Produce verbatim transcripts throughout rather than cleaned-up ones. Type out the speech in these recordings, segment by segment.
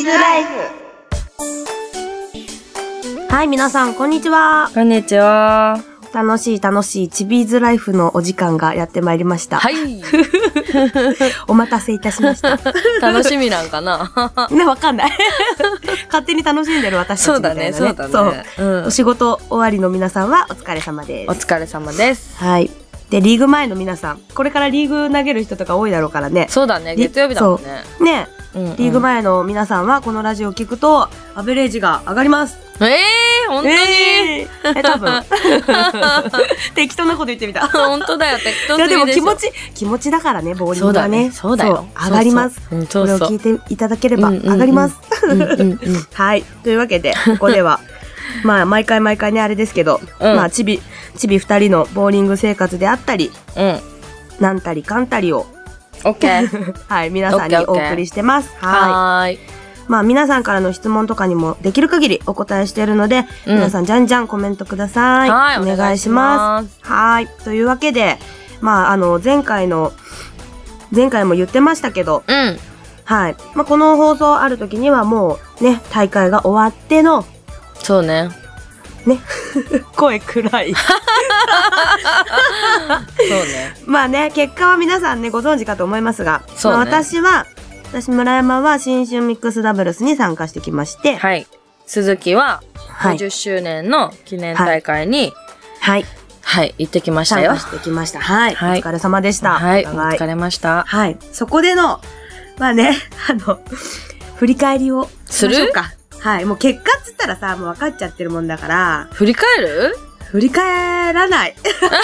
ーズライフ。はい、皆さんこんにちは。 こんにちは。 楽しい楽しいチビーズライフのお時間がやってまいりました。 はい。 お待たせいたしました。 楽しみなんかな。 ね、わかんない。勝手に楽しんでる私たちみたいなね。 そうだね、そうだね。 そう、うん、お仕事終わりの皆さんはお疲れ様です。 お疲れ様です。 はい。で、リーグ前の皆さん、これからリーグ投げる人とか多いだろうからね。 そうだね、月曜日だもんね。 ね、 うんうん、 リーグ前の皆さんはこのラジオを聞くとアベレージが上がります。 えー、本当に、 えー、え多分適当なこと言ってみた。 本当だよ、適当すぎでしょ。 いやでも気持ち気持ちだからね、ボーリングがね。 そうだよ、 そう上がります。 そうそう、 これを聞いていただければ上がります。はい、というわけでここではまあ毎回毎回ねあれですけど、うん、まあチビチビ二人のボーリング生活であったり、うん、なんたりかんたりをオッケーはい、皆さんにお送りしてます。 はい。 まあ皆さんからの質問とかにもできる限りお答えしているので、うん、皆さんじゃんじゃんコメントください。 はい、 お願いします。はい。というわけで、まああの前回の前回も言ってましたけど、 うん、 はい。まあこの放送ある時にはもうね大会が終わっての、 そうね。 ね声暗い。 そうね。 まあね結果は皆さんねご存知かと思いますが、 そうね、 まあ、私は私村山は新春ミックスダブルスに参加してきまして、 はい。鈴木はごじゅっしゅうねんの記念大会に、 はい、 はい、はい、行ってきましたよ。 参加してきました。はい、はい、お疲れ様でした。 はい、お疲れました。 はい、そこでのまあねあの振り返りをしましょうか。はい、もう結果っつったらさもう分かっちゃってるもんだから振り返る？ 振り返らない。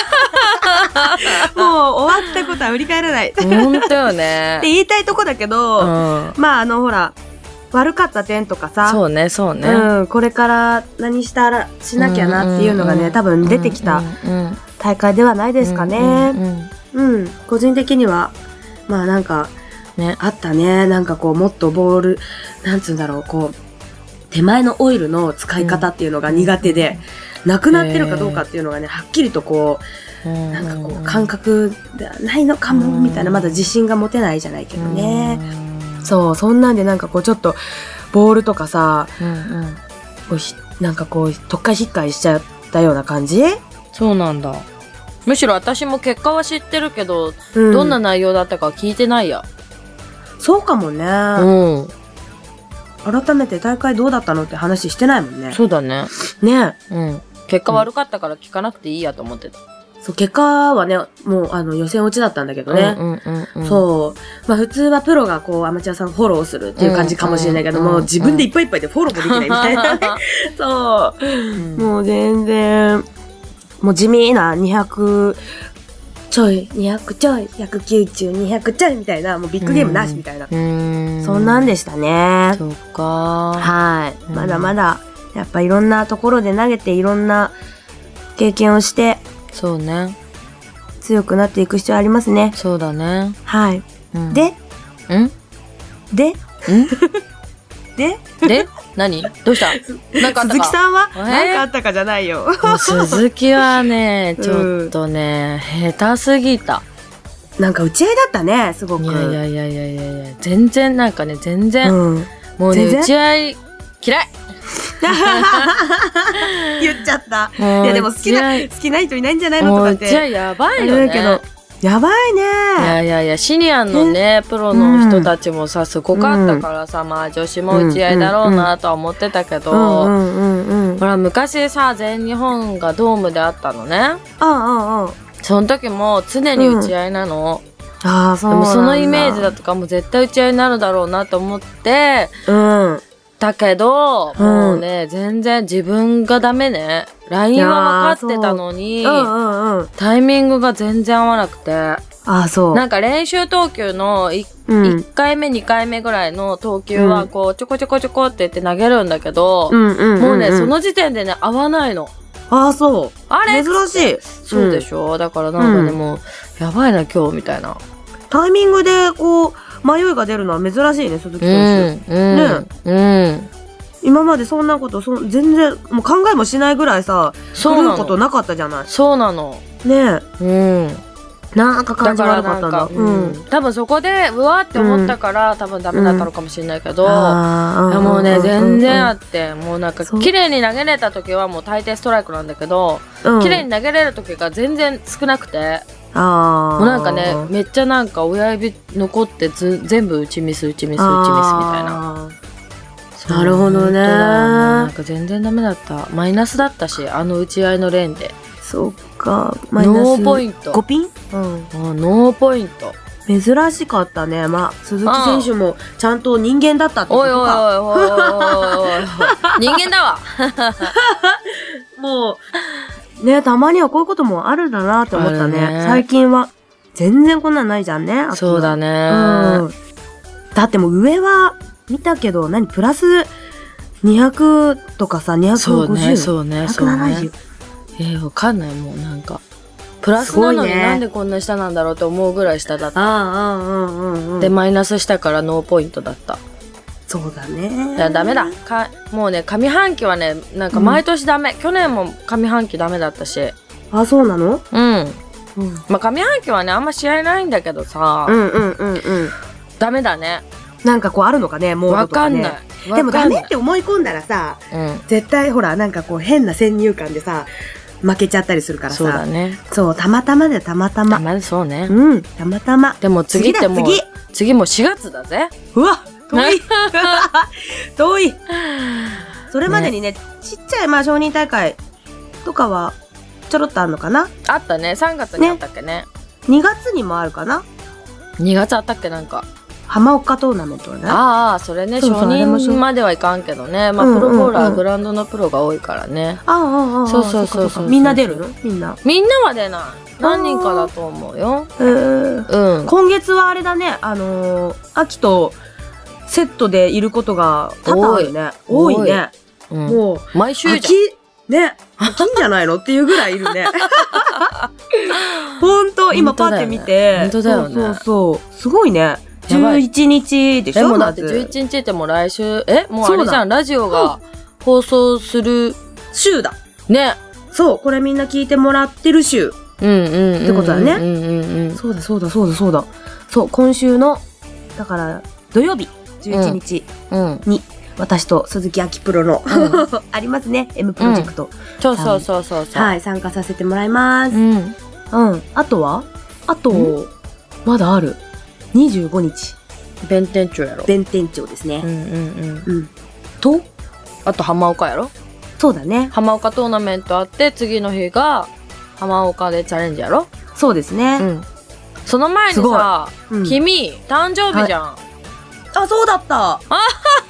もう終わったことは振り返らない。 本当よね。 って言いたいとこだけど、うん、まああのほら悪かった点とかさ、 そうねそうね、 うん、これから何したらしなきゃなっていうのがね、うんうんうん、多分出てきた大会ではないですかね。うん、うんうん、個人的にはまあなんか、ね、あったね。なんかこうもっとボールなんつうんだろうこう手前のオイルの使い方っていうのが苦手で、うん、なくなってるかどうかっていうのがねはっきりとこう、なんかこう感覚ではないのかもみたいな、まだ自信が持てないじゃないけどね。そうそんなんでなんかこうちょっとボールとかさ、うんうん、こうなんかこう特会引っかいしちゃったような感じ。 そうなんだ。むしろ私も結果は知ってるけど、うん、どんな内容だったか聞いてないや。 そうかもね、うん、改めて大会どうだったのって話してないもんね。そうだね。ね、 うん。結果悪かったから聞かなくていいやと思ってた。 うん、そう、結果はね、もうあの予選落ちだったんだけどね。うんうんうんうん、そう。まあ普通はプロがこうアマチュアさんフォローするっていう感じかもしれないけども、うんうんうん、自分でいっぱいいっぱいでフォローもできないみたいなね。そう、うん。もう全然、もう地味なにひゃくちょい、にひゃくちょい、ひゃくきゅうじゅう、にひゃくちょいみたいな、もうビッグゲームなしみたいな。うん、そんなんでしたね。 そっか。 はい。まだまだ、やっぱいろんなところで投げていろんな経験をして、 そうね。 強くなっていく必要ありますね。 そうだね。 はい。うん、で、 んで、 んでで何どうしたなんかあったか。 鈴木さんは何かあったかじゃないよ。 鈴木はね、ちょっとね、うん、下手すぎた。 なんか打ち合いだったね、すごく。 いやいやいやいやいやいや、全然なんかね、全然、うん、もうね、打ち合い嫌い。 言っちゃった。いやでも好きな好きな人いないんじゃないのとかって。 打ち合いやばいよね。 けどやばいね。 いやいやいや、シニアのね、プロの人たちもさ、すごかったからさ、うん、まあ女子も打ち合いだろうなとは思ってたけど、ほら昔さ、全日本がドームであったのね。ああああ。その時も常に打ち合いなの。うん、ああ、そうなんだ。でもそのイメージだとかも絶対打ち合いになるだろうなと思って、うん。だけど、うん、もうね、全然自分がダメね。ラインは分かってたのに、うんうんうん、タイミングが全然合わなくて。ああ、そう。なんか練習投球の い,、うん、いっかいめ、にかいめぐらいの投球は、こう、ちょこちょこちょこって言って投げるんだけど、うんうんうんうん、もうね、その時点でね、合わないの。 ああ、そう。 あれ珍しい。 そうでしょ、うん、だからなんかね、もう、やばいな、今日、みたいな。 タイミングで、こう、迷いが出るのは珍しいね、鈴木選手。うん、ね。うん。今までそんなことそ全然もう考えもしないぐらいさ、そうなの、狂うことなかったじゃない。 そうなのねえ、 うん、 なんか感じ悪かったんだ。 うん、多分そこでうわって思ったから、うん、多分ダメだったのかもしれないけど、うん、もうね、うん、全然あって、もうなんか綺麗に投げれた時はもう大抵ストライクなんだけど、うん、綺麗に投げれる時が全然少なくて、あもうなんかねめっちゃなんか親指残ってず全部打ちミス打ちミス打ちミスみたいな。 なるほどね。 なんか全然ダメだった。マイナスだったし、あの打ち合いのレーンで。 そっか、マイナスノーポイント。 ごピン？ うん。ノーポイント。 珍しかったね。まあ、鈴木選手もちゃんと人間だったってことか。 おいおいおいおいおいおい人間だわ。 もう、ね、たまにはこういうこともあるんだなって思ったね。ね最近は全然こんなんないじゃんね。 そうだね、 うん。だってもう上は見たけど、何プラスにひゃくとかさ、にひゃくごじゅう、 そうね、そうね、そうね。えー、わかんない。もうなんかプラスなのになんでこんな下なんだろうと思うぐらい下だった。 ああ、うんうんうん。 でマイナスしたからノーポイントだった。 そうだね。 いやダメだか。もうね上半期はねなんか毎年ダメ、うん、去年も上半期ダメだったし。 あ、そうなの？ うん、うん、まあ上半期はねあんま試合ないんだけどさ、 うんうんうんうん、 ダメだね。 なんかこうあるのかね、モードとかね。わかんない。でもダメって思い込んだらさ、うん、絶対ほらなんかこう変な先入観でさ負けちゃったりするからさ。 そうだね。 そう、たまたまでたまたま。 たまそうね。 うん、たまたま。 でも次ってもう、次、次もしがつだぜ。 うわ遠い遠いそれまでにね、ねちっちゃいまあ承認大会とかはちょろっとあるのかな。 あったね、さんがつにあったっけ ね, ね。 にがつにもあるかな。 にがつあったっけなんか。 浜岡トーナメントね。 ああ、それね、承認まではいかんけどね。まあ、プロボーラー、グラウンドのプロが多いからね。 ああ、ああ、 そうそうそうそう。 みんな出るの？みんな。 みんなは出ない。何人かだと思うよ。 へえ。うん。今月はあれだね、あのー、秋とセットでいることが多々あるね。多いね。もう、 毎週じゃん。 秋、ね、秋んじゃないのっていうぐらいいるね。ほんと、今パッて見て。 ほんとだよね。 そうそう。すごいね。じゅういちにちでしょ。 でもだってじゅういちにちってもう来週、えもうあれじゃん、ラジオが放送する週だ。 ね。 そう、これみんな聞いてもらってる週。 うんうんうん。 ってことだね。 うんうんうん。 そうだそうだそうだそうだ。そう、今週の、だから土曜日じゅういちにちに、私と鈴木秋プロの、ありますね、M プロジェクト。 そうそうそうそう。 はい、参加させてもらいます。うん。うん。あとはあと、まだある。にじゅうごにち。 弁天町やろ。 弁天町ですね。 うんうんうん。 うん。と、 あと浜岡やろ。 そうだね。 浜岡トーナメントあって、次の日が浜岡でチャレンジやろ。 そうですね。うん。 その前にさ、うん、君、誕生日じゃん。はい、 あ、そうだった。あほん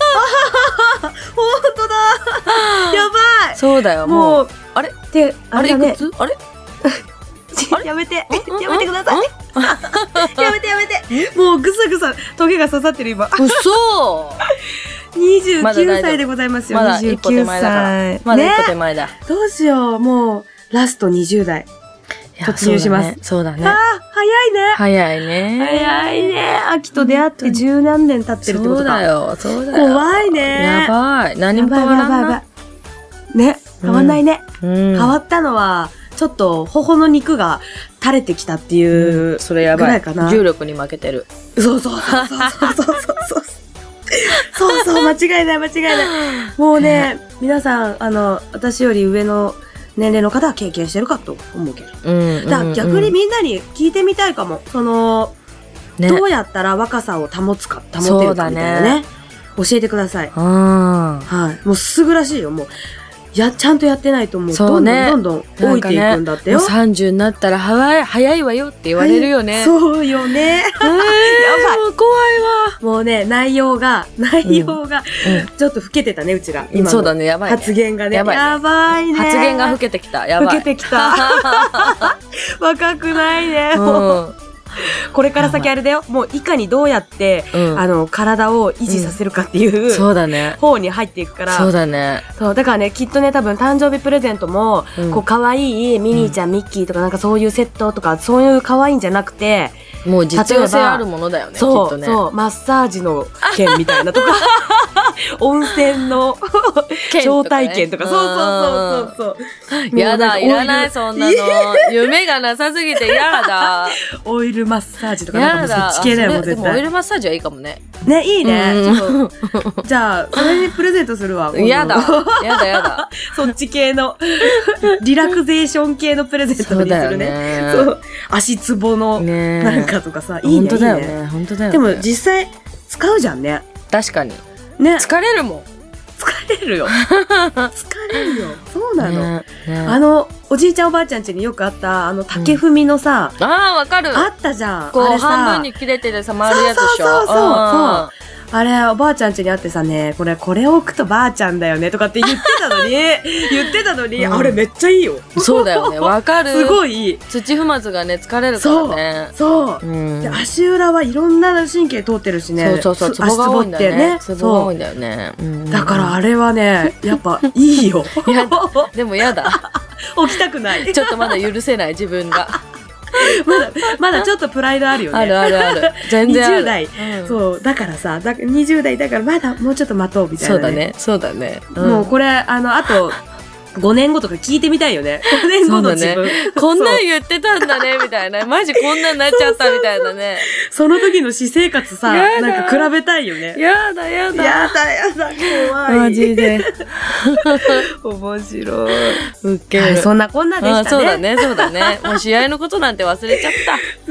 とだ。やばい。 そうだよ、もう。あれって、 あれいくつ？あれやめて。やめてください。やめてやめて。もうぐさぐさトゲが刺さってる今。 うそにじゅうきゅうさいでございますよ。 まだ一歩手前だから。まだ一歩手前だ。 どうしよう。もうラストにじゅうだい突入します。 そうだね。 ああ、早いね。 早いね。 早いね。秋と出会って十何年経ってるってことか。 そうだよ。そうだよ。 怖いね。 やばい。何も変わらんな。 ね、変わんないね。変わったのはちょっと頬の肉が垂れてきたっていう、 それやばいかな。重力に負けてる。 そうそうそうそうそうそうそうそうそう、間違いない間違いない。もうね、皆さんあの私より上の年齢の方は経験してるかと思うけど、うん、だから逆にみんなに聞いてみたいかも。その、ね、どうやったら若さを保つか保てるかみたいなね、教えてください。はい、もうすぐらしいよ。もうやちゃんとやってないともうどんどんどんどん老いていくんだってよ。 ね、さんじゅうになったら早い早いわよって言われるよね。 はい、そうよね。やばい。もう怖いわ。 もうね、内容が内容が、うん、ちょっと老けてたね、うちら今の。 そうだね、やばい、ね。 発言がね、やばい、ね、やばいね。 発言が老けてきた。やばい。 老けてきた。若くないね。もう。これから先あれだよ。もういかにどうやって、うん、あの体を維持させるかっていう、うん、 そうだね。 方に入っていくから。 そうだね。 そうだからね、きっとね、多分誕生日プレゼントも、うん、こう可愛いミニーちゃん、うん、ミッキーとかなんかそういうセットとかそういう可愛いんじゃなくて、 もう実用性あるものだよね。 そう、 きっとね。 そう、マッサージの券みたいなとか、温泉の招待券とか、そうそうそうそうそう。 やだ、いらない、そんなの。夢がなさすぎてやだ。 オイルマッサージとかなんかもうそっち系だよ、もう絶対。 でもオイルマッサージはいいかもね。 ね、いいね。じゃあ、それにプレゼントするわ。 やだ、やだやだ。 そっち系の、リラクゼーション系のプレゼントにするね。そう。足つぼのなんかとかさ、いいね。 本当だよね、本当だよね。 でも実際使うじゃんね。 確かに。 ね。 疲れるもん。 疲れるよ。疲れるよ。そうなの。あの、おじいちゃんおばあちゃん家によくあった、あの、竹踏みのさ、 ああ、わかる。 あったじゃん。 こう、半分に切れててさ、回るやつでしょ。 そうそうそうそう。あれ、おばあちゃん家にあってさね、これ、これ置くとばあちゃんだよねとかって言ってたのに、言ってたのに、あれめっちゃいいよ。 そうだよね、わかる。 すごいいい。 土踏まずがね、疲れるからね。 そう。で、足裏はいろんな神経通ってるしね。 そうそうそう、ツボが多いんだよね。ツボが多いんだよね。 だからあれはね、やっぱいいよ。 でもやだ。 起きたくない。 ちょっとまだ許せない自分が。 まだ、まだちょっとプライドあるよね。 あるあるある。全然ある。 にじゅう代。うん、そう。だからさ、だにじゅう代だからまだもうちょっと待とうみたいな、ね。 そうだね。そうだね。 うん、もうこれ、あの、あと、ごねんごとか聞いてみたいよね。ごねんごの自分。 ね、こんなん言ってたんだね、みたいな。マジこんなんなっちゃったみたいなね。 その時の私生活さ、なんか比べたいよね。 やだやだ。 やだやだ、怖い。 マジで。 面白い。 ウッケる、はい。 そんなこんなでしたね。 そうだね、そうだね。もう試合のことなんて忘れちゃった。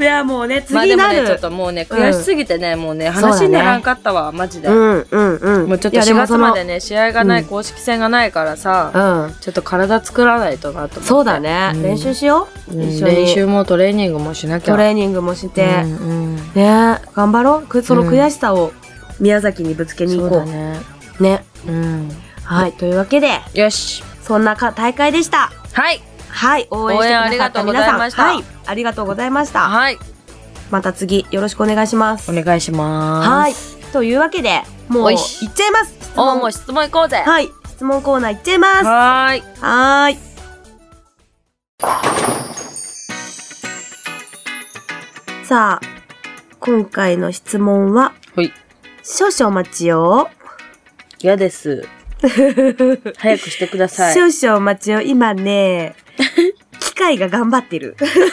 いや、もうね、次なる。 まあでもね、ちょっともうね、悔しすぎてね、うん、もうね、話にならんかったわ、マジで。 うんうんうん。 もうちょっとしがつまでね、試合がない、公式戦がないからさ、うん、ちょっと体作らないとなと思って。 そうだね、うん、練習しよう、うん、一緒に練習もトレーニングもしなきゃ。 トレーニングもして、うんうん、ね、頑張ろう。その悔しさを宮崎にぶつけに行こう、うん、そうだね。ね、うん、はい、というわけで、 よし、 そんなか大会でした。 はいはい、応援してくださった皆さん、はい、ありがとうございました。 はい、 また次よろしくお願いします。 お願いします。 はい、というわけでもういっちゃいます。 お、もう質問いこうぜ。 はい、質問コーナーいっちゃいます。 はーいはーい。さあ、今回の質問は、 はい、 少々お待ちを。 嫌です。早くしてください。 少々お待ちを。今ね、機械が頑張ってる。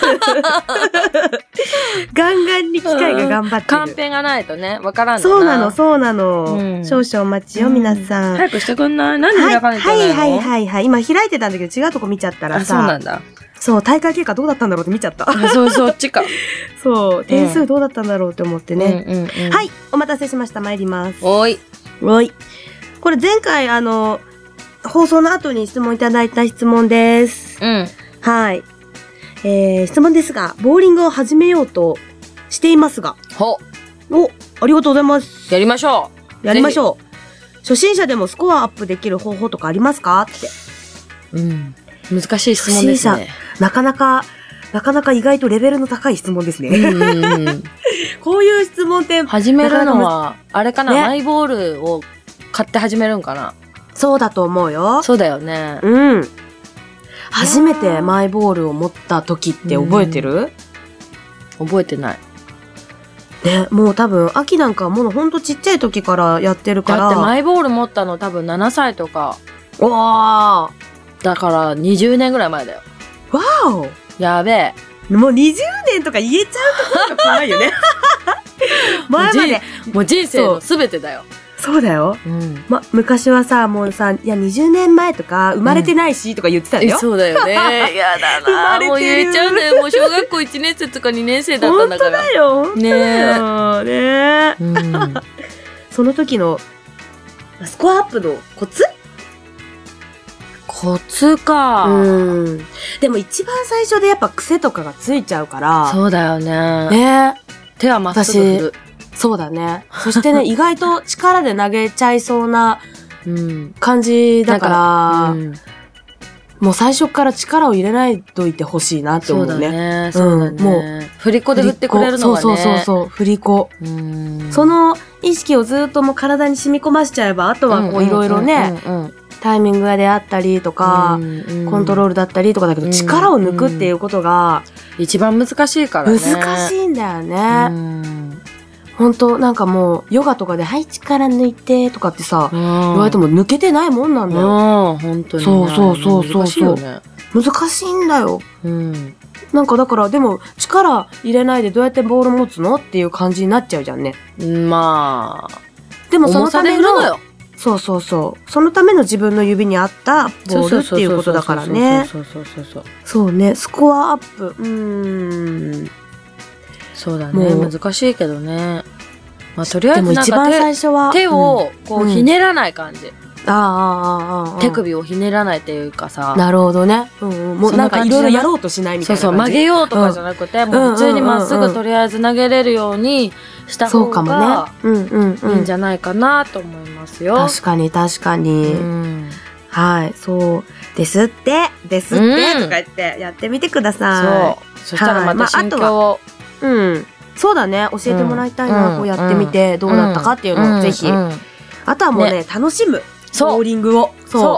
ガンガンに機械が頑張ってる。 カンペがないとね、わからんのな。 そうなの、そうなの。うん、少々お待ちよ、皆さん。 早くしてくんない？何で開かないといけないの？ はいはいはいはい。今開いてたんだけど違うとこ見ちゃったらさ。 あ、そうなんだ。 そう、大会結果どうだったんだろうって見ちゃった。 そう、そっちか。 そう、点数どうだったんだろうって思ってね。 うんうんうん、 はい、お待たせしました。参ります。 おい。 おい。これ前回、あの、放送の後に質問いただいた質問です。 うん。 はい。えー、質問ですが、ボーリングを始めようとしていますが。 ほ。 お、ありがとうございます。 やりましょう。やりましょう。初心者でもスコアアップできる方法とかありますかって。 うん。難しい質問ですね。 なかなか、なかなか意外とレベルの高い質問ですね。 うんうんうん、 こういう質問って始めるのはあれかな、ね、マイボールを買って始めるんかな。 そうだと思うよ。 そうだよね。 うん。初めてマイボールを持った時って覚えてる？ 覚えてない。 ね、もう多分秋なんかもうほんとちっちゃい時からやってるから。 だってマイボール持ったの多分ななさいとか。 わー。 だからにじゅうねんぐらい前だよ。 わーお。 やべえ。 もうにじゅうねんとか言えちゃうところが怖いよね。前まで。 もう人生のすべてだよ。 そうだよ。うん。ま、昔はさ、もうさ、いや、にじゅうねんまえとか、生まれてないし、とか言ってたよ。 うん、そうだよね。やだな。生まれてる。もう言えちゃうんだよ。もう小学校いちねん生とかにねん生だったんだから。 本当だよ。本当だよ。ねえ。うん、その時の、スコアアップのコツ？ コツか。 うん。でも一番最初でやっぱ癖とかがついちゃうから。 そうだよね。 ね。 手はまっすぐ振る。 そうだね。そしてね、意外と力で投げちゃいそうな感じだから、うん、もう最初から力を入れないといてほしいなって思うね。そうだね。 そうだね。うん、もう、振り子で振ってくれるのがね。 そうそうそうそう、振り子。うん、その意識をずっともう体に染み込ましちゃえば、あとはこういろいろね、 タイミングであったりとか、 うんうん、 コントロールだったりとかだけど、力を抜くっていうことが、 うん、一番難しいからね。 難しいんだよね。うん、本当なんかもうヨガとかではい力抜いてとかってさ、うん、言われても抜けてないもんなんだよ。 うん、本当に、ね。 そうそうそうそう。難しいよね。 難しいんだよ。 うん。 なんかだからでも力入れないでどうやってボール持つのっていう感じになっちゃうじゃんね。 まあ。 でもそのための、そうそうそう。そのための自分の指に合ったボールっていうことだからね。 そうそうそうそう。 そうね、スコアアップ。うーん。 そうだね。難しいけどね。まあとりあえずなんか一番最初は手をこうひねらない感じ。 ああああ。 手首をひねらないっていうかさ。 なるほどね。うんうん。もうなんかいろいろやろうとしないみたいな感じ。 そうそう、曲げようとかじゃなくて、もう普通にまっすぐとりあえず投げれるようにした方がいいんじゃないかなと思いますよ。 確かに確かに。うん、はい、そうですって、ですって、うん、とか言ってやってみてください。 そう。そしたらまた心境を。 うん。そうだね。教えてもらいたいな。こうやってみてどうだったかっていうのをぜひ。あとはもうね、楽しむ。ボーリングを。そう。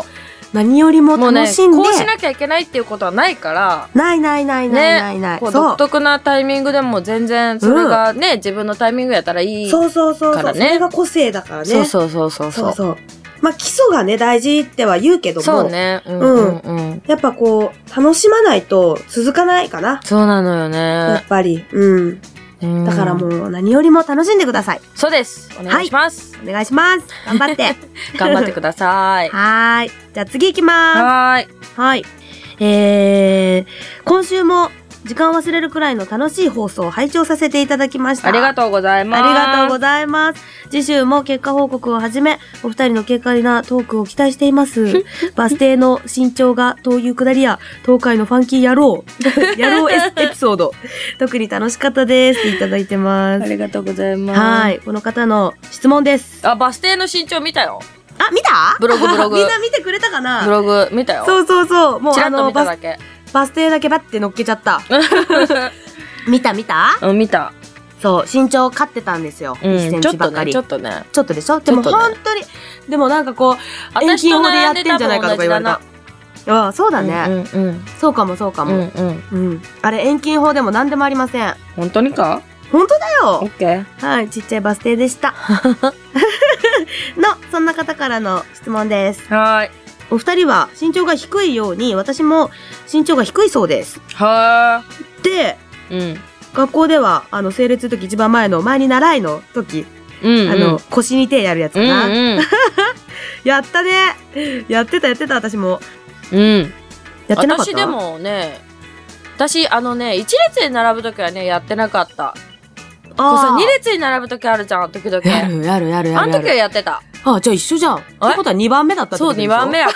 何よりも楽しんで。 こうしなきゃいけないっていうことはないから。 ないないないないないない。 こう独特なタイミングでも全然それがね、自分のタイミングやったらいいからね。 そうそうそう。それが個性だからね。 そうそうそうそう。そうそう。 まあ基礎がね、大事っては言うけども。 そうね。 うんうん。やっぱこう、楽しまないと続かないかな。 そうなのよね。 やっぱり。うん。だからもう何よりも楽しんでください。 そうです。お願いします。 はい、お願いします。頑張って。 頑張ってください。 はい。じゃあ次行きます。 はい。 はい。えー、今週も時間を忘れるくらいの楽しい放送を拝聴させていただきました。 ありがとうございます。 ありがとうございます。次週も結果報告をはじめ、お二人の軽快なトークを期待しています。バス停の身長がというくだりや、東海のファンキー野郎、野郎エピソード、特に楽しかったですっていただいてます。 ありがとうございます。 はい。この方の質問です。 あ、バス停の身長見たよ。 あ、見た？ ブログブログ。 みんな見てくれたかな？ ブログ見たよ。 そうそうそう。もうちらっと見ただけ。 バス停だけバッて乗っけちゃった。見た見た？ うん、見た。 そう、身長勝ってたんですよ。 うん、 いちセンチばっかり。 ちょっとね。 ちょっとでしょ？でも本当に、でもなんかこう、遠近法でやってんじゃないかとか言われた。ああ、そうだね、うんうんうん。そうかもそうかも。うんうんうん、あれ、遠近法でも何でもありません。 本当にか？ 本当だよ。 オッケー。 はい、ちっちゃいバス停でした。の、そんな方からの質問です。 はい。 お二人は身長が低いように、私も身長が低いそうです。 はー。で、 うん、 学校では、あの、整列の時一番前の、前に習いの時、うんうん、あの、腰に手やるやつかな。うんうん、やったね。やってたやってた、私も。 うん。 やってなかった？ 私でもね、私、あのね、一列に並ぶ時はね、やってなかった。ああ。二列に並ぶ時あるじゃん、時々。 やるやるやるやる。 あの時はやってた。 ああ、じゃあ一緒じゃん。ってことはにばんめだったってことでしょ？ そう、にばんめやった。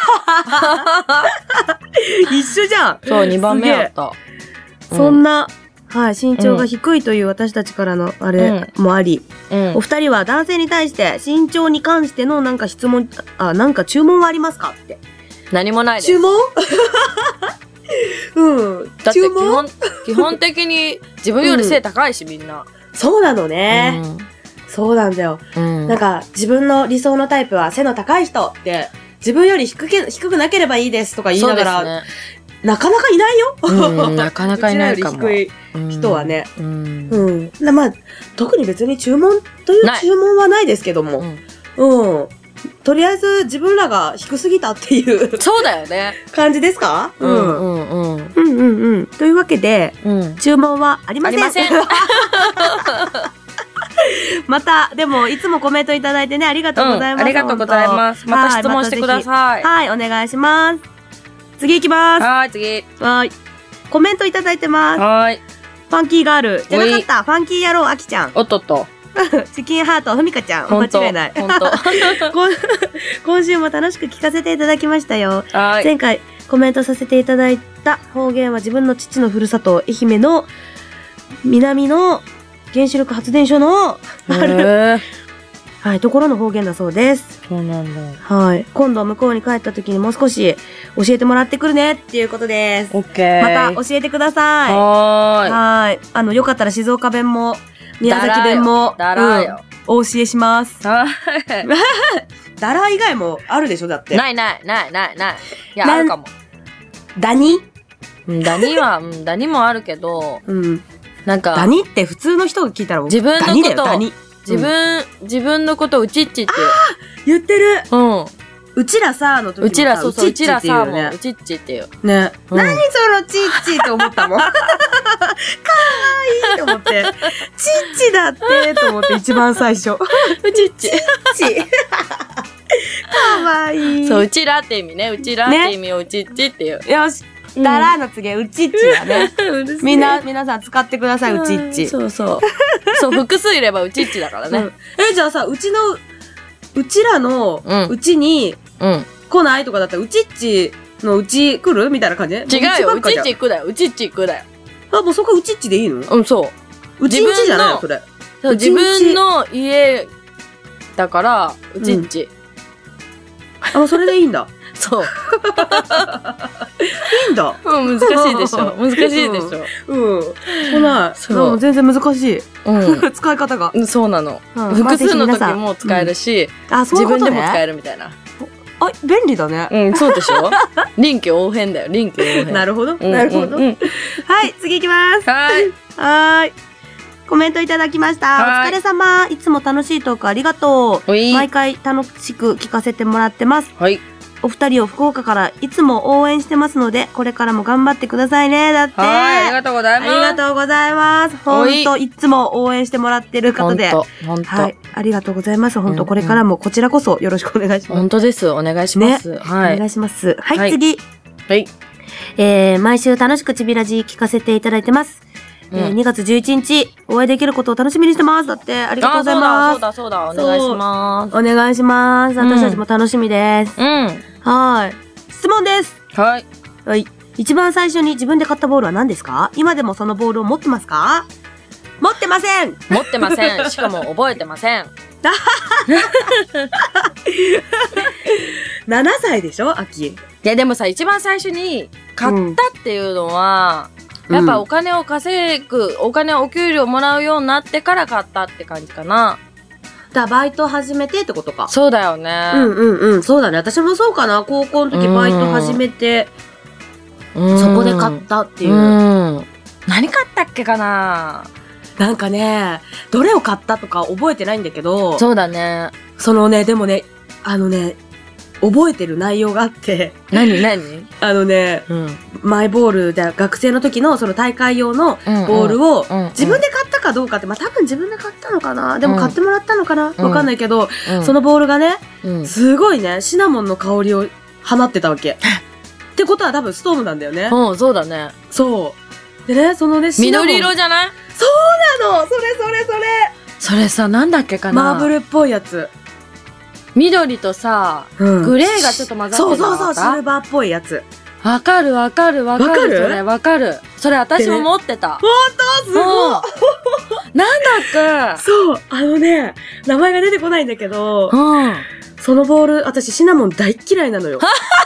一緒じゃん。 そう、にばんめやった。 うん、そんな、はい、身長が低いという私たちからのあれもあり、うんうん、お二人は男性に対して身長に関してのなんか質問、あ、なんか注文はありますかって。 何もないです。 注文うん。 だって基本、基本的に自分より背高いし、うん、みんな。 そうなのね。うんそうなんだよ、うん。なんか、自分の理想のタイプは背の高い人って、自分より低け低くなければいいですとか言いながら、ね、なかなかいないよ。 うん、なかなかいないかも。 低い人はね。うん。うん、まあ、特に別に注文という注文はないですけども。うん、うん。とりあえず自分らが低すぎたっていう。 そうだよね。 感じですか？ うんうんうん。うんうんうん。というわけで、うん、注文はありません。 ありません。 また、でも、いつもコメントいただいてね、ありがとうございます。うん、 ありがとうございます。また質問してください。 はい、ま、はい、お願いします。次行きます。 はい、次。 はい。コメントいただいてます。 はい。 ファンキーガール。じゃなかった。ファンキー野郎、あきちゃん。 おっとっと。 チキンハート、ふみかちゃん。間違いない。 ほんと。 今週も楽しく聞かせていただきましたよ。 はい。 前回コメントさせていただいた方言は自分の父のふるさと、愛媛の南の原子力発電所のある、はい、ところの方言だそうです。 そうなんだ。 はい。今度向こうに帰った時にもう少し教えてもらってくるねっていうことです。 オッケー。 また教えてください。 はーい。 はい。あの、よかったら静岡弁も、宮崎弁も、 だらよ。 うん、お教えします。 はい。 ダラ以外もあるでしょだって。 ないないないないない。いや、あるかも。 ダニ？ うん、ダニは、うん、ダニもあるけど、うん。なんか。 ダニって普通の人が聞いたら自分のこと、 ダニ自分、うん、自分のことをうちっちって。 言ってる。 うん。 うちらさ、の時もさ、 うちら、そうそう、うちらさ、もう、うちっちっていう。 ね。うん、何そのちっちって思ったもん。かわいいと思って。ちっちだってと思って一番最初。うちっち。 ちっち。かわいい。 そう、うちらって意味ね。うちらって意味をうちっちっていう。 ね、よし。だらの次はうちっちだね。みんな、皆さん使ってください、うちっち。 そうそう。そう、複数いればうちっちだからね。うん、 え、じゃあさ、うちの、うちらのうちに来ないとかだったら、うちっちのうち来るみたいな感じで。 違うよ、うちっち行くだよ、うちっち行くだよ。 あ、もうそこうちっちでいいの？ うん、そう。 うちんちじゃないのそれ。 自分の家だから、うちっち。 あ、それでいいんだ。 そう。いいんだ。 うん、難しいでしょ。難しいでしょ。 うん。来ない。そう。全然難しい。うん。使い方が。 そうなの。複数の時も使えるし、自分でも使えるみたいな。 あ、便利だね。 うん、そうでしょ。臨機応変だよ、臨機応変。 なるほど。なるほど。はい、次行きます。 はい。 はい。コメントいただきました。お疲れ様。いつも楽しいトークありがとう。毎回楽しく聞かせてもらってます。 はい。 お二人を福岡からいつも応援してますので、これからも頑張ってくださいね。だって。 はい、ありがとうございます。 ありがとうございます。ほんと、いつも応援してもらってる方で。 ほんと、ほんと。 はい。ありがとうございます。ほんと、これからもこちらこそよろしくお願いします。 ほんとです。お願いします。はい。 お願いします。はい、次。 はい。 えー、毎週楽しくちびラジ聞かせていただいてます。えー、にがつじゅういちにちお会いできることを楽しみにしてます。だって、ありがとうございます。 そうだそうだそうだ、お願いします。 お願いします。私たちも楽しみです。 うん。 はい。質問です。 はい。 はい。一番最初に自分で買ったボールは何ですか？今でもそのボールを持ってますか？持ってません。 持ってません。しかも覚えてません。 ななさいでしょ、秋。いや、でもさ、一番最初に買ったっていうのは、うん、やっぱお金を稼ぐ、お金をお給料もらうようになってから買ったって感じかな。 だバイト始めてってことか。 そうだよね。 うんうんうん。そうだね。私もそうかな。高校の時バイト始めて、うん、そこで買ったっていう。うん、 何買ったっけかな。 なんかね、どれを買ったとか覚えてないんだけど。 そうだね。 そのね、でもね、あのね、覚えてる内容があって。 何何あのね、うん、マイボールで学生の時のその大会用のボールを自分で買ったかどうかって、まあ多分自分で買ったのかな、でも買ってもらったのかな、うん、わかんないけど、うん、そのボールがね、うん、すごいね、シナモンの香りを放ってたわけ。ってことは多分ストームなんだよね。 うん、そうだね。 そう。でね、そのね、 シナモン。緑色じゃない？ そうなの！それそれそれ！ それさ、なんだっけかな？ マーブルっぽいやつ。 緑とさ、うん、グレーがちょっと混ざってる。 そうそうそう、シルバーっぽいやつ。 わかるわかるわかる。わかる？それわかる。それ私も持ってた。 ほんと？すごい。 なんだっけ？ そう、あのね、名前が出てこないんだけど、うん、そのボール、私シナモン大嫌いなのよ。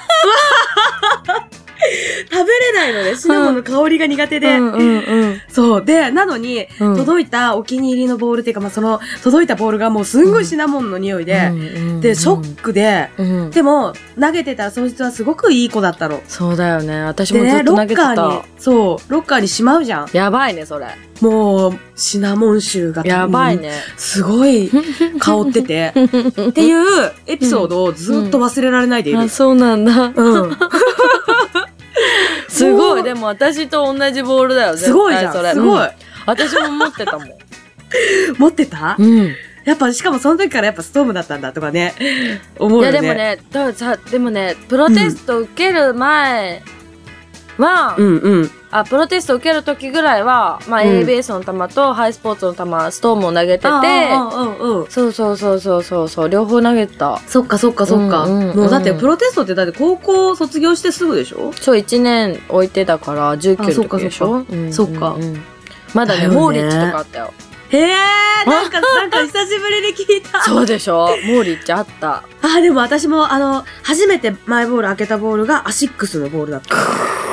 食べれないのね。シナモンの香りが苦手で。うんうんうん、そう。で、なのに、うん、届いたお気に入りのボールっていうか、まあ、その、届いたボールがもうすんごいシナモンの匂いで、うん、で、ショックで、うん、でも、投げてたそいつはすごくいい子だったの。 そうだよね。私もずっと投げてた。 ね、ロッカーに、そう、ロッカーにしまうじゃん。 やばいね、それ。 もう、シナモン臭が。 やばいね。 すごい香ってて。っていうエピソードをずっと忘れられないでいる。 うんうん、あ、そうなんだ。うん。すごい。でも私と同じボールだよ。 すごいじゃん。それすごい、うん。 私も持ってたもん。 持ってた？うん。やっぱ、しかもその時からやっぱストームだったんだとかね。思うよね。 いやでもね、ださ、でもね、プロテスト受ける前は、うんうん。あ、プロテスト受ける時ぐらいは、まあ、うん、エービーエス の球とハイスポーツの球、ストームを投げてて、うんうん、そうそうそうそうそうそう、両方投げた。 そっかそっかそっか、うんうんうん。もうだってプロテストってだって高校卒業してすぐでしょ？ そう、いちねん置いてたからじゅうきゅうの時でしょ？そっか。まだね、モーリッチとかあったよ。 へえ、なんか、なんか久しぶりに聞いた。 そうでしょ？モーリッチあった。 あ、でも私もあの、初めてマイボール開けたボールがアシックスのボールだった。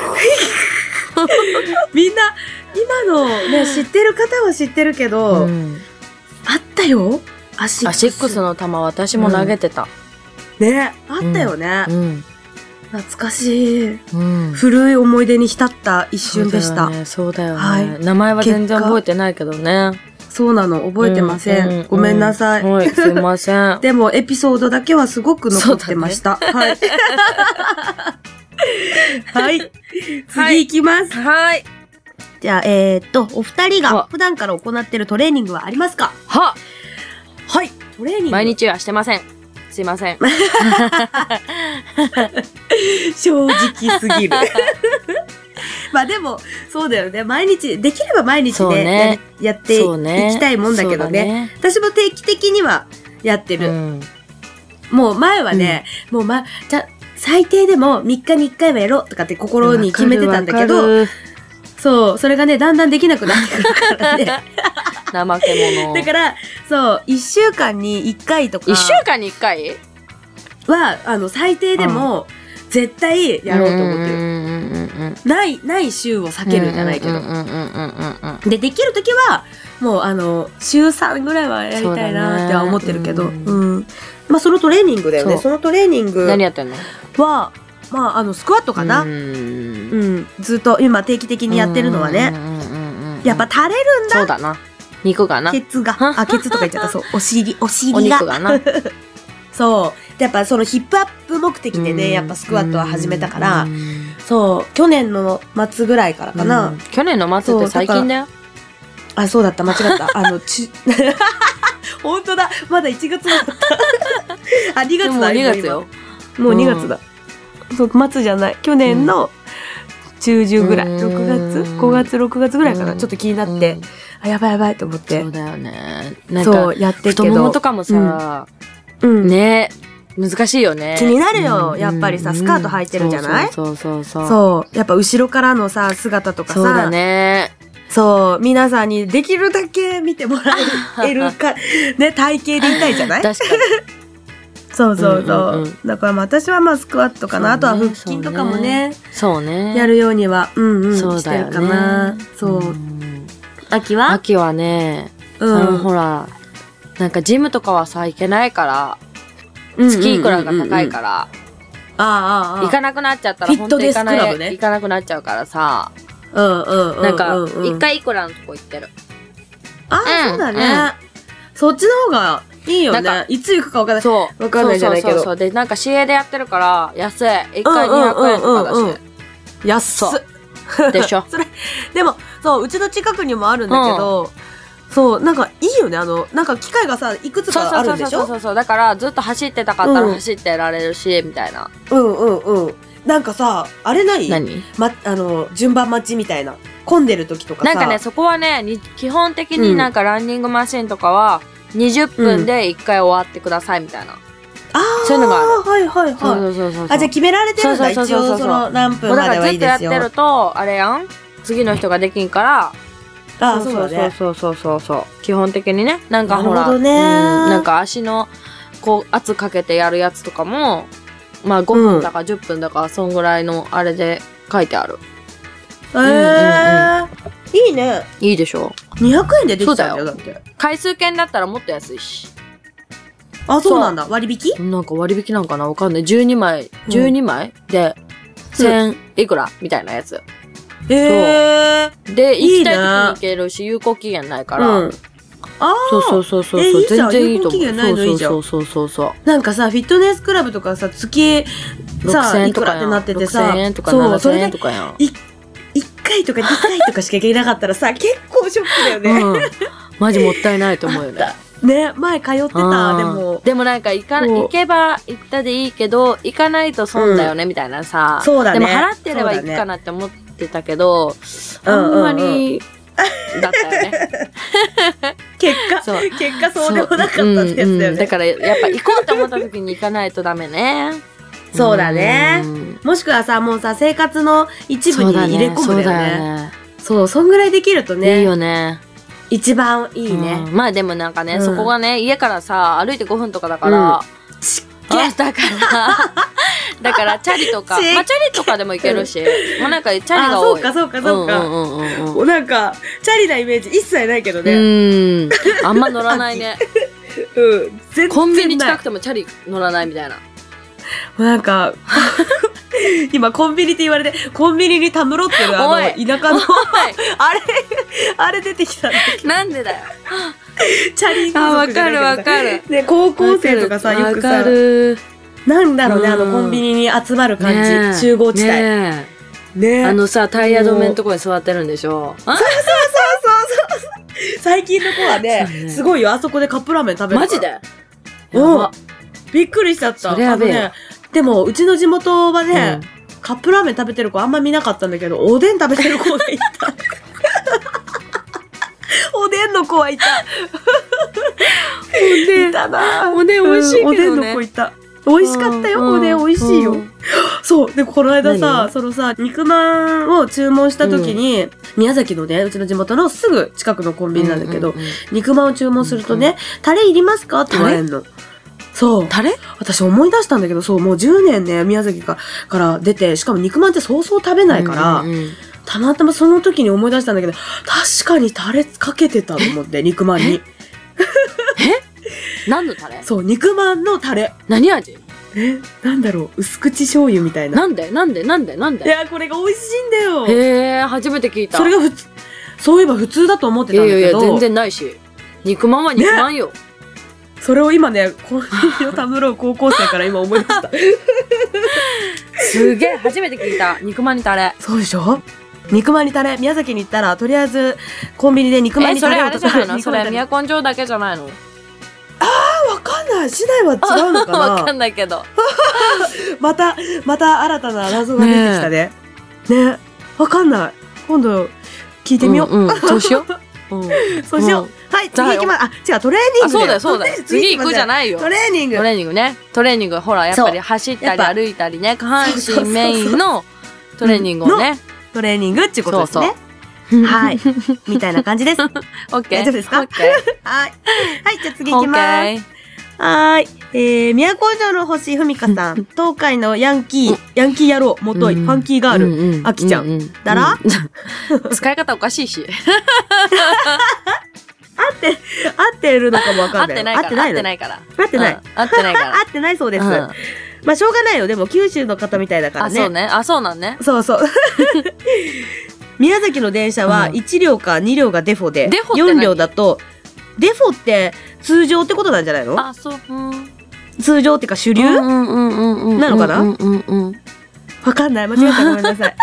みんな、今のね、知ってる方は知ってるけど、うん、あったよ。 アシックス。アシックスの球私も投げてた。 ね、あったよね。 うん。 懐かしい、 うん。 古い思い出に浸った一瞬でした。 そうだよね。そうだよね。はい。名前は全然覚えてないけどね。 そうなの、覚えてません。うんうん、ごめんなさい。 はい、すいません。 でも、エピソードだけはすごく残ってました。ね、はい。はい。次行きます。 はい。 じゃあ、えー、っと、お二人が普段から行っているトレーニングはありますか？ ははい。トレーニング。 毎日はしてません。すいません。 正直すぎる。まあでも、そうだよね。毎日、できれば毎日ね、ねや, やっていきたいもんだけど ね, ね。私も定期的にはやってる。うん、もう前はね、うん、もうま、じゃ、最低でもみっかにいっかいはやろうとかって心に決めてたんだけど、そう、それがね、だんだんできなくなってくるからね。 怠け者。 だから、そう、いっしゅうかんにいっかいとか。 いっしゅうかんにいっかいは、あの、最低でも、絶対やろうと思ってる。ない、ない週を避けるじゃないけど。で、できるときは、もう、あの、週さんぐらいはやりたいなっては思ってるけど、う, うん。まあ、そのトレーニングだよね。そ, そのトレーニング。 何やってんのは、まあ、あの、スクワットかな。うん,、うん。ずっと、今、定期的にやってるのはね。やっぱ垂れるんだ。 そうだな。肉がな。 ケツが。あ、ケツとか言っちゃった。そう。お尻、お尻が。お肉がな。 そう。で、やっぱそのヒップアップ目的でね、やっぱスクワットは始めたから、そう、去年の末ぐらいからかな。 去年の末って最近だよ。 あ、そうだった、間違った。あの、ち、本当だ。まだいちがつだった。あ、にがつだ。 もうにがつよ。 もうにがつだ。そう、末じゃない。去年の中旬ぐらい。ろくがつ ?ごがつ、ろくがつぐらいかな。ちょっと気になって、あ、やばいやばいと思って。 そうだよね。なんか、そう、 やってるけど。 太ももとかもさ、うん、ね、難しいよね。 気になるよ。やっぱりさ、スカート履いてるじゃない？ そうそうそうそう。 そう。やっぱ後ろからのさ、姿とかさ。 そうだね。 そう。皆さんにできるだけ見てもらえるか、ね、体型でいたいじゃない？ 確かに。 そうそうそう。うんうんうん、だからまあ私はまあスクワットかな。ね、あとは腹筋とかもね。 そうね。 やるようには、うんうん。 そうだよね。 してるかな。そう。うん、秋は？ 秋はね、うん、あのほら、なんかジムとかはさ、行けないから、月いくらが高いから、ああ、 行かなくなっちゃったら、本当に行かない、ね、行かなくなっちゃうからさ、 うんうんうん。 なんか、一回いくらのとこ行ってる。 ああ、そうだね。そっちの方がいいよね。いつ行くか分かんない。そう。分かんないじゃないけど。そうそうそう。 で、なんか市営でやってるから、安い。一回にひゃくえんとかだし。 安っ。でしょ。 それ、でも、そう、うちの近くにもあるんだけど、そう、なんかいいよね。あの、なんか機械がさ、いくつかあるんでしょ？ そうそうそうそう。だから、ずっと走ってたかったら走ってられるし、みたいな。 うんうんうん。なんかさ、あれない？ 何？ ま、あの、順番待ちみたいな。混んでる時とかさ。 なんかね、そこはね、基本的になんかランニングマシンとかは、にじゅっぷんでいっかい終わってください、みたいな。ああ。 そういうのがある。 はいはいはい。 そうそうそうそう。 あ、じゃあ決められてるんだ。一応その何分まではいいですよ。 だからずっとやってると、あれやん？次の人ができんから、 ああ、そうだね。 そうそうそうそう。基本的にね。なんかほら、 なるほどね、うん、 なんか足の、こう、圧かけてやるやつとかも、まあごふんだかじゅっぷんだか、そんぐらいのあれで書いてある。 へ、うん、えー、うんうん、いいね。 いいでしょ。 にひゃくえんでできちゃうんだよ、だって。 回数券だったらもっと安いし。 あ、そうなんだ。割引？ なんか割引なんかなわかんない。じゅうにまい、じゅうにまい、うん、で、せんいくらみたいなやつ。 へー。 で、行きたい時に行けるし、有効期限ないから。うん、 ああ。 そうそうそうそう。 えー、いいじゃん。 全然いいと思う。 有効期限ないのいいじゃん。 そうそうそうそう。 なんかさ、フィットネスクラブとかさ、月、さ、いくらってなっててさ、 ろくせんえんとかななせんえんとかやん。 いっかいとかにかいとかしか行けなかったらさ、結構ショックだよね。うん。 マジもったいないと思うよね。 ね、前通ってた、でも。 でもなんか行か、行けば行ったでいいけど、行かないと損だよね、みたいなさ。 そうだね。 でも払ってれば行くかなって思ってたけど、あんまり、だったよね。 結果、そう。結果そうでもなかったですよね。 だからやっぱ行こうと思った時に行かないとダメね。 そうだね。もしくはさ、もうさ、生活の一部に入れ込むだよね。そう、そんぐらいできるとね。 いいよね。 一番いいね。 まあでもなんかね、そこがね、家からさ、歩いてごふんとかだから、 ちっけだから、だからチャリとか、まあチャリとかでも行けるし、もうなんかチャリが多い。 そうかそうかそうか。なんか、チャリなイメージ一切ないけどね。 うん。あんま乗らないね。 うん。 コンビニ近くてもチャリ乗らないみたいな。 なんか、今コンビニって言われて、コンビニにたむろってるあの、田舎の、あれ、あれ出てきたんだけど。 なんでだよ。 チャリンコあ、わかるわかる。 で、高校生とかさ、よくさ、なんだろうね、あのコンビニに集まる感じ、集合地帯。ねね、あのさ、タイヤ止めのところに座ってるんでしょ。 そうそうそうそうそう。最近の子はね、すごいよ、あそこでカップラーメン食べる。 マジで？ うん。びっくりしちゃった。 それやべえ。 でも、うちの地元はね、カップラーメン食べてる子あんま見なかったんだけど、おでん食べてる子がいた。おでんの子はいた。おでん。いたな。 おでん美味しいけどね。 おでんの子いた。美味しかったよ、おでん美味しいよ。そう。で、この間さ、そのさ、肉まんを注文した時に、宮崎のね、うちの地元のすぐ近くのコンビニなんだけど、肉まんを注文するとね、タレいりますかって言われるの。そう。 タレ？ 私思い出したんだけど、そう、もうじゅうねんね、宮崎かから出て、しかも肉まんってそうそう食べないから、たまたまその時に思い出したんだけど、確かにタレかけてたと思って、肉まんに。 え？何のタレ？ そう、肉まんのタレ。 何味？ え、なんだろう、薄口醤油みたいな。 なんでなんでなんでなんで？ いや、これが美味しいんだよ。 へー、初めて聞いた。 それが普通、そういえば普通だと思ってたんだけど。 いやいや、全然ないし。肉まんは肉まんよ。ね、 それを今ね、コンビニをたむろう高校生から今思い出した。 すげえ、初めて聞いた。肉まんにタレ。 そうでしょ？肉まんにタレ。宮崎に行ったら、とりあえず、コンビニで肉まんにタレを。 え、それあれじゃないの？それ、宮古城だけじゃないの？ あー、わかんない。市内は違うのかな？ わかんないけど。 また、また新たな謎が出てきたね。ね。ね、わかんない。今度、聞いてみよう。 うんうん、そうしよう。 うん、そうしよう。はい、次行きます。あ、違う、トレーニング。 そうだよ、そうだよ。次行くじゃないよ。 トレーニング。 トレーニングね。トレーニング、ほら、やっぱり走ったり歩いたりね、下半身メインのトレーニングをね。 トレーニングっていうことですね。はい。みたいな感じです。オッケー。 大丈夫ですか？ オッケー。 はい。はい、じゃあ次行きます。はい。えー、宮古城の星ふみかさん。東海のヤンキー、ヤンキー野郎、もとい、ファンキーガール、あきちゃん。だら使い方おかしいし。 合って、合ってるのかもわかんない。 合ってないから。合ってないから。 合ってない。 合ってないから。 合ってないそうです。まあ、しょうがないよ。でも、九州の方みたいだからね。 あ、そうね。あ、そうなんね。 そうそう。宮崎の電車はいち両かに両がデフォで、よん両だと、デフォって通常ってことなんじゃないの？ あ、そう。 通常っていうか主流なのかな？わかんない。間違えた。ごめんなさい。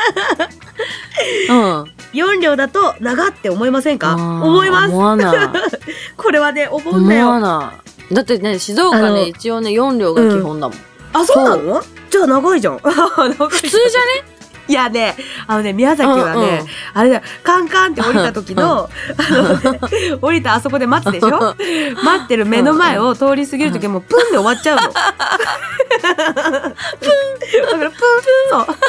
よん両だと長って思いませんか？思います。 思わない。 これはね、思うんだよ。 思わない。だってね、静岡ね、一応ね、よん両が基本だもん。 あ、そうなの？じゃあ長いじゃん。 普通じゃね？ いやね、あのね、宮崎はね、あれだよ、カンカンって降りた時の、あのね、降りたあそこで待つでしょ？待ってる目の前を通り過ぎる時はもうプンで終わっちゃうの。プンだからプン、そう。そんな早くね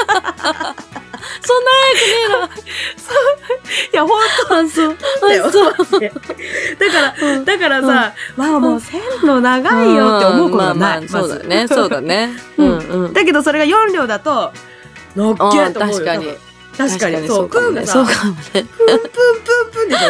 えな。いや、ほんと。そう。だから、だからさ、まあもう線路長いよって思うことはない。 そうだね、そうだね。 だけどそれがよん両だと、のっけーと思うよ。 確かに。 確かに。そう、プーンがさ、 そうかもね。 プンプンプンプンでし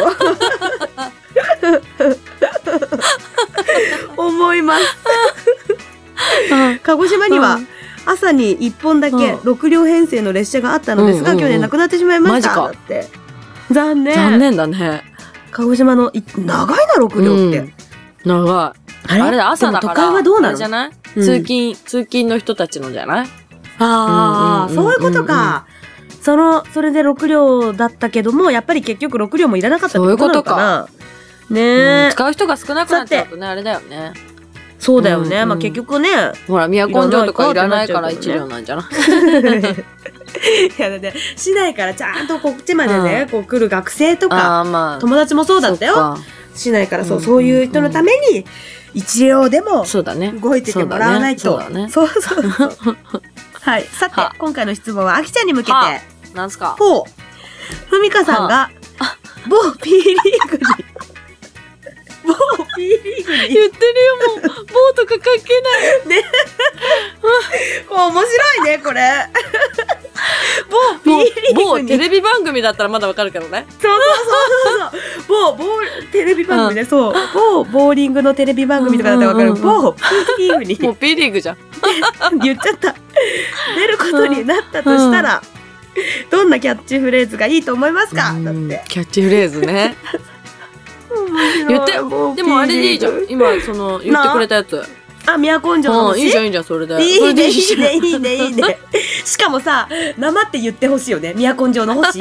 ょ？思います。鹿児島には朝にいっぽんだけろく両編成の列車があったのですが、去年なくなってしまいました。だって。残念。 残念だね。 鹿児島の、長いな、ろく両って。 長い。あれだ、朝だから。 都会はどうなの？ じゃない？通勤、通勤の人たちのじゃない？ ああ、そういうことか。その、それでろく両だったけども、やっぱり結局ろく両もいらなかったってことなのかな。ねえ。 使う人が少なくなっちゃうとね、あれだよね。 そうだよね。まあ結局ね。 ほら、宮古城とかいらないからいち両なんじゃない？ いやだって市内からちゃんとこっちまでね、こう来る学生とか、友達もそうだったよ。市内からそう、そういう人のために、一両でも動いててもらわないと。そうそうそう。はい。さて、今回の質問はあきちゃんに向けて。 なんすか？ ほう。ふみかさんが、某 P リーグに、某 P リーグに。 言ってるよ、もう。某とか関係ない。 ね。こう面白いね、これ。某 P リーグに。 某テレビ番組だったらまだわかるけどね。 そうそうそうそう。某、某、 テレビ番組で、うん、そう某ボーリングのテレビ番組とかだったらわかる、うんうんうん、某 P リーグにもう P リーグじゃん言っちゃった出ることになったとしたら、うん、どんなキャッチフレーズがいいと思いますか、うん、だってキャッチフレーズね言ってでもあれでいいじゃん今その言ってくれたやつあ、都城の星、 うん、いいじゃんいいじゃんそれでいいねいいねいいねいいねしかもさなまって言ってほしいよね都城の星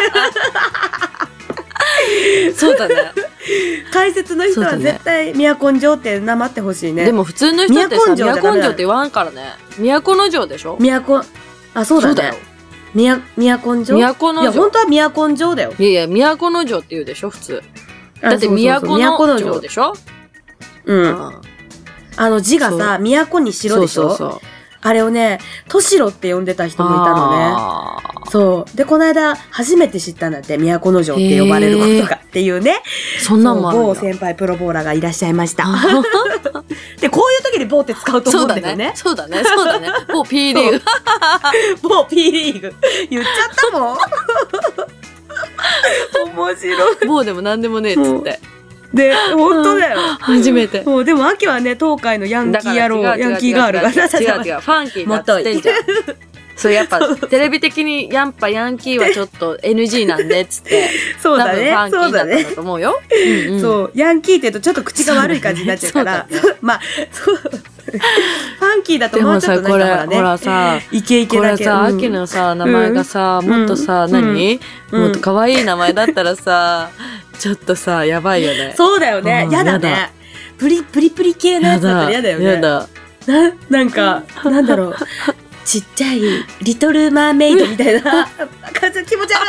そうだね解説の人は絶対都城ってなまってほしいね。 でも普通の人ってさ都城って言わんからね都城でしょ都あそうだねそうだよみや都城都城いや本当は都城だよ。 いやいや都城って言うでしょ普通だって都城でしょうん、うんあの字がさ、都に城でしょ。そうそうそうあれをね、としろって呼んでた人もいたのね。そう。で、この間、初めて知ったんだって、都城って呼ばれることがっていうね。 そんなんもあるんだ。 某先輩プロボーラーがいらっしゃいました。で、こういう時に某って使うと思うんだよね。 そうだね、そうだね。そうだね。某 P リーグ。 某 P リーグ。言っちゃったもん。面白い。 某でもなんでもねえっつって。 で、本当だよ。 初めて。 もう、でも秋はね、東海のヤンキー野郎、ヤンキーガールが。 違う違う、ファンキーがつってんじゃん。そう、やっぱ、テレビ的に、やっぱヤンキーはちょっと エヌジー なんで、っつって。 そうだね。 多分ファンキーだったんだと思うよ。 うんうん、そう、ヤンキーって言うとちょっと口が悪い感じになっちゃうから。まあ、そう。ファンキーだともうちょっとなんかほらね。 ほらさ、 イケイケだけど。 これさ、秋のさ、名前がさ、もっとさ、何もっと可愛い名前だったらさ、ちょっとさ、やばいよね。 そうだよね。やだね。プリ、プリプリ系のやつだったらやだよね。 やだ。 な、なんか、なんだろう。ちっちゃい、リトルマーメイドみたいな感じ、気持ち悪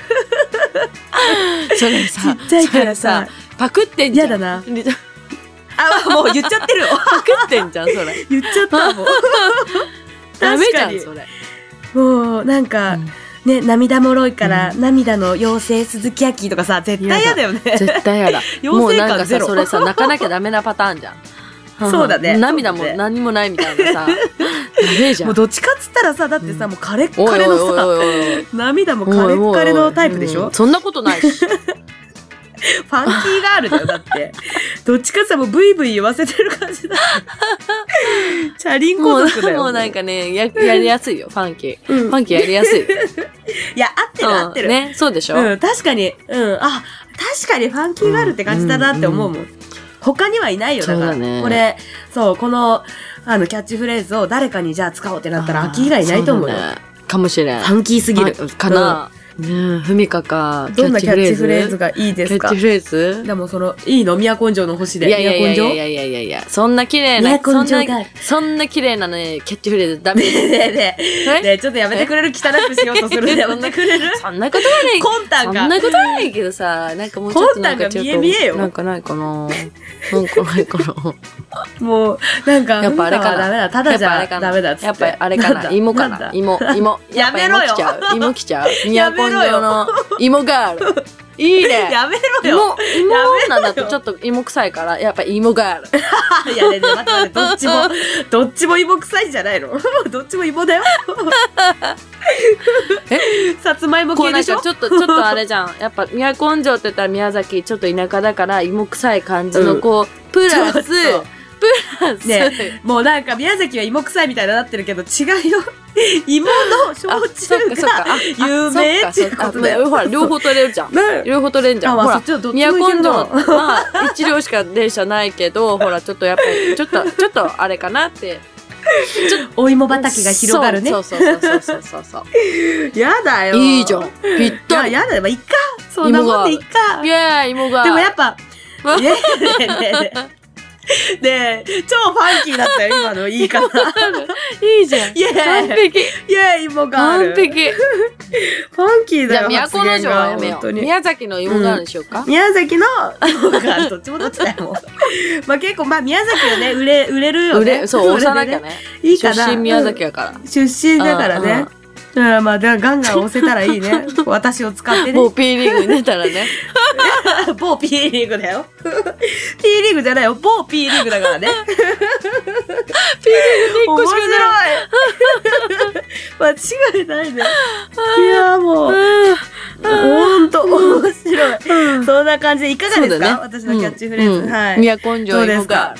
い。それさ、 ちっちゃいからさ、 パクってんじゃん。 やだな。あ、もう言っちゃってるよ。 パクってんじゃん、それ。 言っちゃったもん。 ダメじゃん、それ。 もう、なんか、ね、涙もろいから、うん、涙の妖精鈴木亜希とかさ、絶対嫌だよね。 絶対嫌だ。もうなんかさ、それさ、泣かなきゃダメなパターンじゃん。 そうだね。 涙も何もないみたいなさ。ダメじゃん。 もうどっちかっつったらさ、だってさ、もうカレッカレのさ、涙もカレッカレのタイプでしょ。 そんなことないし。 ファンキーガールだよ、だって。どっちかってさ、もうブイブイ言わせてる感じだ。チャリンコ族だよ。 もうなんかね、や、やりやすいよ、ファンキー。うん、ファンキーやりやすい。 いや、合ってる合ってる。 ね、そうでしょ。 うん、確かに。うん、あ、確かにファンキーガールって感じだなって思うもん。他にはいないよ、だから。これ、そう、この、あの、キャッチフレーズを誰かにじゃあ使おうってなったら、秋以外いないと思うよ。 かもしれん。 ファンキーすぎる。 かな。ねえ、ふみかか。 どんなキャッチフレーズがいいですか？ キャッチフレーズ？ でもその、いいの？都城の星で。 いやいやいやいやいやいやいやいや、そんな綺麗な、そんな、そんな綺麗なね、キャッチフレーズダメです。 ねえねえ、ねえ、ちょっとやめてくれる？汚くしようとするんでやめてくれる？ そんなことはない。 魂胆が。 そんなことはないけどさ、なんかもうちょっとなんかちょっと。 魂胆が見え見えよ。 なんかないかな。なんかないかな。 もう、なんか、 やっぱあれかな。 ダメだ。ただじゃダメだっつって。 やっぱあれかな。芋かな。芋、芋。 やめろよ。 芋来ちゃう。都城の芋ガール。いいね。 やめろよ。 芋、芋なんだとちょっと芋臭いから、やっぱ芋ガール。 いやね、待って待って、どっちも、どっちも芋臭いんじゃないの？どっちも芋だよ。え？さつまいも系でしょ？ ちょっと、ちょっとあれじゃん。やっぱ、都城って言ったら宮崎、ちょっと田舎だから芋臭い感じの、こう、プラス、プラス、 ね、もうなんか宮崎は芋臭いみたいになってるけど違うよ。芋の焼酎が有名っていうことだよ。 ほら、両方取れるじゃん。両方取れるじゃん。ほら、都城は一両しか電車ないけど、ほら、ちょっとやっぱり、ちょっと、ちょっとあれかなって。 お芋畑が広がるね。 そうそうそうそうそうそう。 やだよ。 いいじゃん。ぴったり。 やだよ。いっか。そんなもんでいっか。 イェーイ、芋が。 でもやっぱ、ねえねえねえ。で、超ファンキーだったよ、今の言い方。 いいじゃん。 イェーイ。 完璧。 イェーイ、芋がある。 完璧。 ファンキーだよ。 じゃあ、都城はやめよう。宮崎の芋があるにしようか。 宮崎の芋がある。どっちもどっちだよ。まあ結構、まあ宮崎はね、売れ、売れるよね。 売れ、そう、押さなきゃね。いいかな。出身宮崎やから。 出身だからね。 あまあ、ではガンガン押せたらいいね。私を使ってね。 某 P リーグに出たらね。 某 P リーグだよ。P リーグじゃないよ。某 P リーグだからね。P リーグで一個しかない。間違いないね。いやもう、ほんと面白い。そんな感じでいかがですか、ね、私のキャッチフレーズ。 うん、 はい。 宮根性ですか。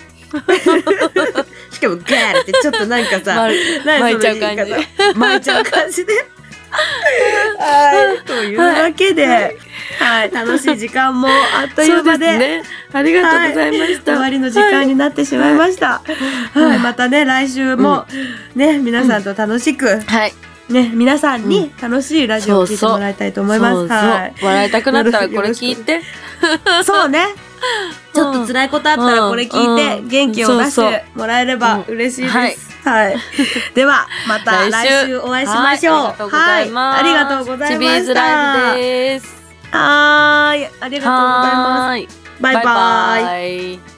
しかもガールってちょっとなんかさ、 巻いちゃう感じ。 巻いちゃう感じで。はい。というわけで、はい。楽しい時間もあっという間で。 そうですね。ありがとうございました。 はい、終わりの時間になってしまいました。はい。はい、またね、来週も、ね、皆さんと楽しく。 はい。 ね、皆さんに楽しいラジオを聞いてもらいたいと思います。 そうそうはい。笑いたくなったらこれ聞いて。 そうね。ちょっと辛いことあったらこれ聞いて元気を出してもらえれば嬉しいです。はい。はい、では、また来週お会いしましょう。 はい。ありがとうございます。 ありがとうございました。チビーズライブです。 はーい。ありがとうございます。バイバイ。 バイバイ。